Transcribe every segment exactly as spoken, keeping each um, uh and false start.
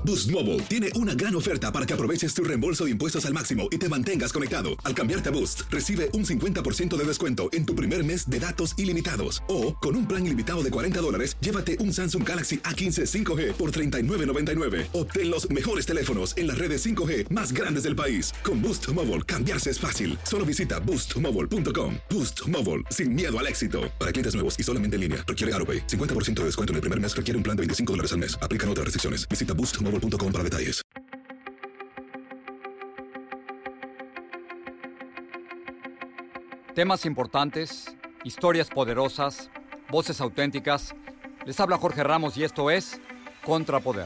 Boost Mobile tiene una gran oferta para que aproveches tu reembolso de impuestos al máximo y te mantengas conectado. Al cambiarte a Boost, recibe un cincuenta por ciento de descuento en tu primer mes de datos ilimitados. O, con un plan ilimitado de cuarenta dólares, llévate un Samsung Galaxy A quince cinco G por treinta y nueve noventa y nueve. Obtén los mejores teléfonos en las redes cinco G más grandes del país. Con Boost Mobile, cambiarse es fácil. Solo visita boost mobile punto com. Boost Mobile, sin miedo al éxito. Para clientes nuevos y solamente en línea, requiere AutoPay. cincuenta por ciento de descuento en el primer mes requiere un plan de veinticinco dólares al mes. Aplican otras restricciones. Visita boost mobile punto com para detalles. Temas importantes, historias poderosas, voces auténticas. Les habla Jorge Ramos y esto es Contrapoder.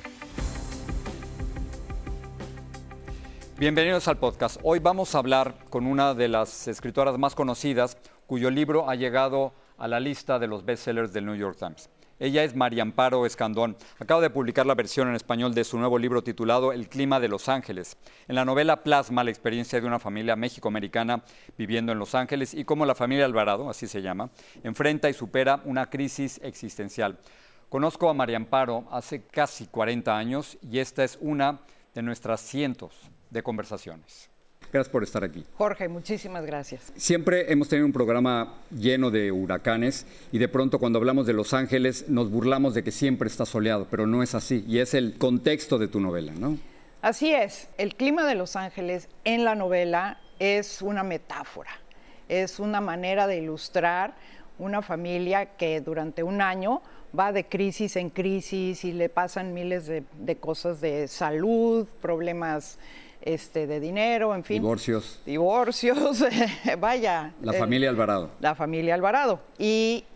Bienvenidos al podcast. Hoy vamos a hablar con una de las escritoras más conocidas cuyo libro ha llegado a la lista de los bestsellers del New York Times. Ella es María Amparo Escandón. Acaba de publicar la versión en español de su nuevo libro titulado El clima de Los Ángeles. En la novela plasma la experiencia de una familia mexicoamericana viviendo en Los Ángeles y cómo la familia Alvarado, así se llama, enfrenta y supera una crisis existencial. Conozco a María Amparo hace casi cuarenta años y esta es una de nuestras cientos de conversaciones. Gracias por estar aquí. Jorge, muchísimas gracias. Siempre hemos tenido un programa lleno de huracanes y de pronto cuando hablamos de Los Ángeles nos burlamos de que siempre está soleado, pero no es así y es el contexto de tu novela, ¿no? Así es. El clima de Los Ángeles en la novela es una metáfora, es una manera de ilustrar una familia que durante un año va de crisis en crisis y le pasan miles de, de cosas de salud, problemas Este, de dinero, en fin. Divorcios. Divorcios, vaya. La familia Alvarado. La familia Alvarado. Y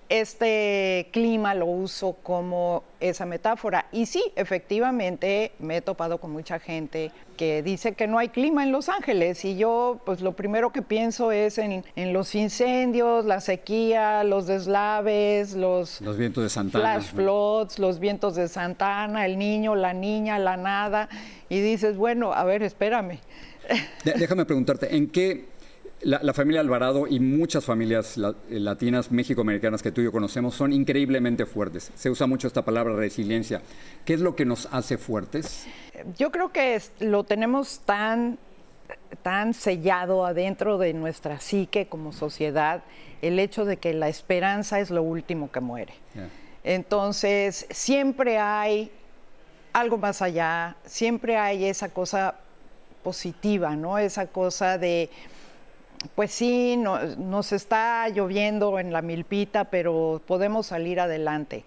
este clima lo uso como esa metáfora. Y sí, efectivamente, me he topado con mucha gente que dice que no hay clima en Los Ángeles. Y yo, pues lo primero que pienso es en, en los incendios, la sequía, los deslaves, los... Los vientos de Santana. Flash floods, los vientos de Santana, el niño, la niña, la nada. Y dices, bueno, a ver, espérame. Déjame preguntarte, ¿en qué la, la familia Alvarado y muchas familias la, latinas, mexicoamericanas que tú y yo conocemos son increíblemente fuertes? Se usa mucho esta palabra resiliencia. ¿Qué es lo que nos hace fuertes? Yo creo que es, lo tenemos tan, tan sellado adentro de nuestra psique como sociedad, el hecho de que la esperanza es lo último que muere. Yeah. Entonces, siempre hay algo más allá, siempre hay esa cosa positiva, ¿no? Esa cosa de, pues sí, no, nos está lloviendo en la milpita, pero podemos salir adelante.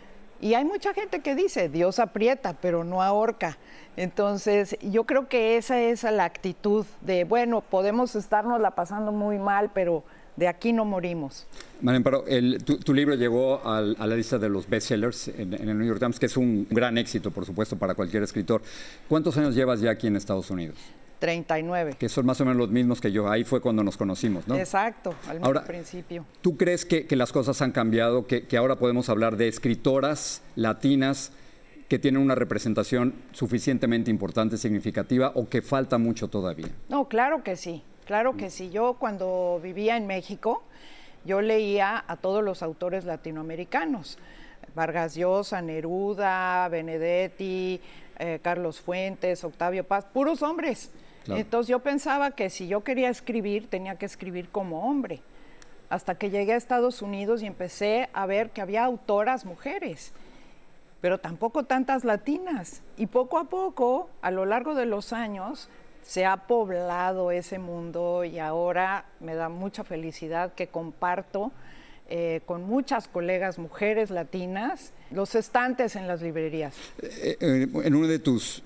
Y hay mucha gente que dice, Dios aprieta, pero no ahorca. Entonces, yo creo que esa es la actitud de, bueno, podemos estarnos la pasando muy mal, pero de aquí no morimos. María Amparo, el, tu, tu libro llegó al, a la lista de los bestsellers en, en el New York Times, que es un gran éxito, por supuesto, para cualquier escritor. ¿Cuántos años llevas ya aquí en Estados Unidos? treinta y nueve. Que son más o menos los mismos que yo. Ahí fue cuando nos conocimos, ¿no? Exacto, al ahora, principio. ¿Tú crees que, que las cosas han cambiado, que, que ahora podemos hablar de escritoras latinas que tienen una representación suficientemente importante, significativa, o que falta mucho todavía? No, claro que sí. Claro que sí. Yo cuando vivía en México, yo leía a todos los autores latinoamericanos. Vargas Llosa, Neruda, Benedetti, eh, Carlos Fuentes, Octavio Paz, puros hombres. Claro. Entonces yo pensaba que si yo quería escribir, tenía que escribir como hombre. Hasta que llegué a Estados Unidos y empecé a ver que había autoras mujeres, pero tampoco tantas latinas. Y poco a poco, a lo largo de los años, se ha poblado ese mundo y ahora me da mucha felicidad que comparto eh, con muchas colegas mujeres latinas los estantes en las librerías. Eh, eh, en uno de tus...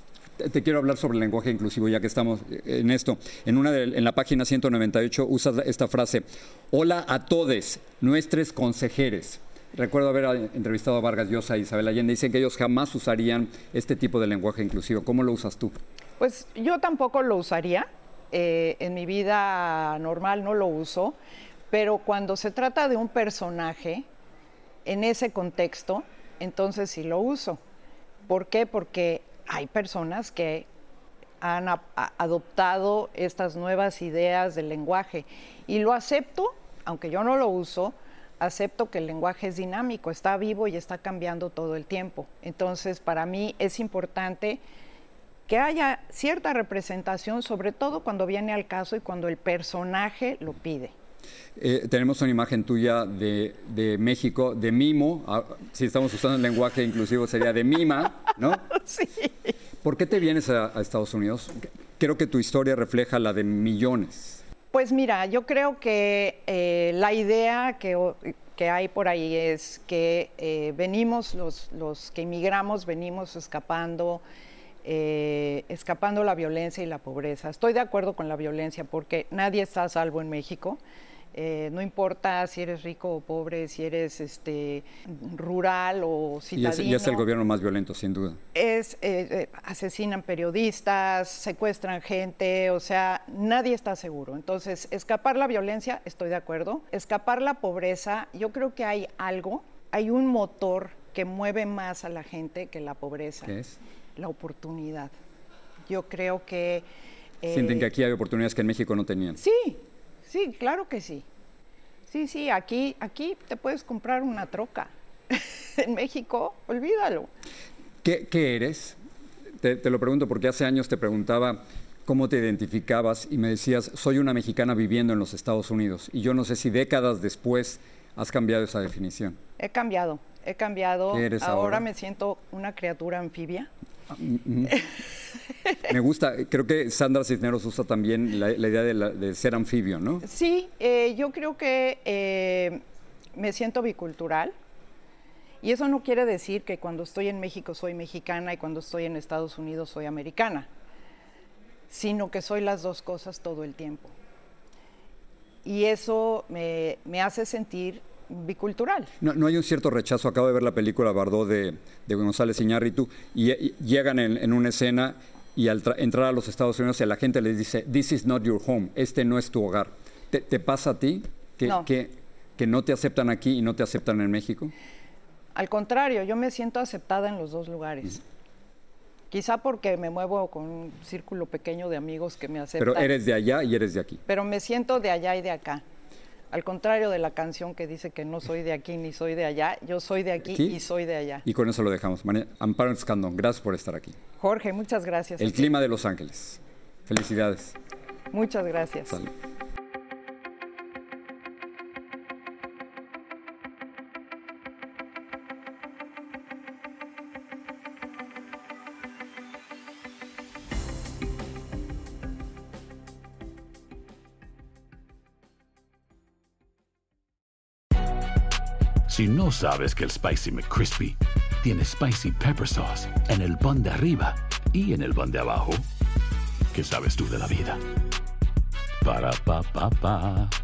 Te quiero hablar sobre el lenguaje inclusivo, ya que estamos en esto. En, una de, en la página ciento noventa y ocho usas esta frase: hola a todes, nuestros consejeres. Recuerdo haber entrevistado a Vargas Llosa e Isabel Allende. Dicen que ellos jamás usarían este tipo de lenguaje inclusivo. ¿Cómo lo usas tú? Pues yo tampoco lo usaría. Eh, en mi vida normal no lo uso. Pero cuando se trata de un personaje, en ese contexto, entonces sí lo uso. ¿Por qué? Porque hay personas que han a, a, adoptado estas nuevas ideas del lenguaje. Y lo acepto, aunque yo no lo uso, acepto que el lenguaje es dinámico, está vivo y está cambiando todo el tiempo. Entonces, para mí es importante que haya cierta representación, sobre todo cuando viene al caso y cuando el personaje lo pide. Eh, tenemos una imagen tuya de, de México, de mimo, ah, si estamos usando el lenguaje inclusivo sería de mima, ¿no? Sí. ¿Por qué te vienes a, a Estados Unidos? Creo que tu historia refleja la de millones. Pues mira, yo creo que eh, la idea que, que hay por ahí es que eh, venimos, los, los que inmigramos, venimos escapando, eh, escapando la violencia y la pobreza. Estoy de acuerdo con la violencia porque nadie está a salvo en México. Eh, no importa si eres rico o pobre, si eres este, rural o citadino. Y es, y es el gobierno más violento, sin duda. Es, eh, eh, asesinan periodistas, secuestran gente, o sea, nadie está seguro. Entonces, escapar la violencia, estoy de acuerdo. Escapar la pobreza, yo creo que hay algo, hay un motor que mueve más a la gente que la pobreza. ¿Qué es? La oportunidad. Yo creo que... Eh, Sienten que aquí hay oportunidades que en México no tenían. Sí. Sí, claro que sí. Sí, sí, aquí, aquí te puedes comprar una troca. En México, olvídalo. ¿Qué, qué eres? Te, te lo pregunto porque hace años te preguntaba cómo te identificabas y me decías, soy una mexicana viviendo en los Estados Unidos. Y yo no sé si décadas después has cambiado esa definición. He cambiado, he cambiado. ¿Qué eres ahora? ahora Me siento una criatura anfibia. Me gusta, creo que Sandra Cisneros usa también la, la idea de, la, de ser anfibio, ¿no? Sí, eh, yo creo que eh, me siento bicultural y eso no quiere decir que cuando estoy en México soy mexicana y cuando estoy en Estados Unidos soy americana, sino que soy las dos cosas todo el tiempo. Y eso me, me hace sentir bicultural. No, no hay un cierto rechazo. Acabo de ver la película Bardot de, de González Iñárritu y, y llegan en, en una escena y al entrar a los Estados Unidos y a la gente les dice, this is not your home, este no es tu hogar. ¿Te, te pasa a ti que no. Que, que no te aceptan aquí y no te aceptan en México? Al contrario, yo me siento aceptada en los dos lugares. Mm. Quizá porque me muevo con un círculo pequeño de amigos que me aceptan. Pero eres de allá y eres de aquí. Pero me siento de allá y de acá. Al contrario de la canción que dice que no soy de aquí ni soy de allá, yo soy de aquí, aquí y soy de allá. Y con eso lo dejamos. María Amparo Escandón, gracias por estar aquí. Jorge, muchas gracias. El clima de Los Ángeles. Felicidades. Muchas gracias. Salud. Si no sabes que el Spicy McCrispy tiene Spicy Pepper Sauce en el pan de arriba y en el pan de abajo, ¿qué sabes tú de la vida? Para, pa, pa, pa.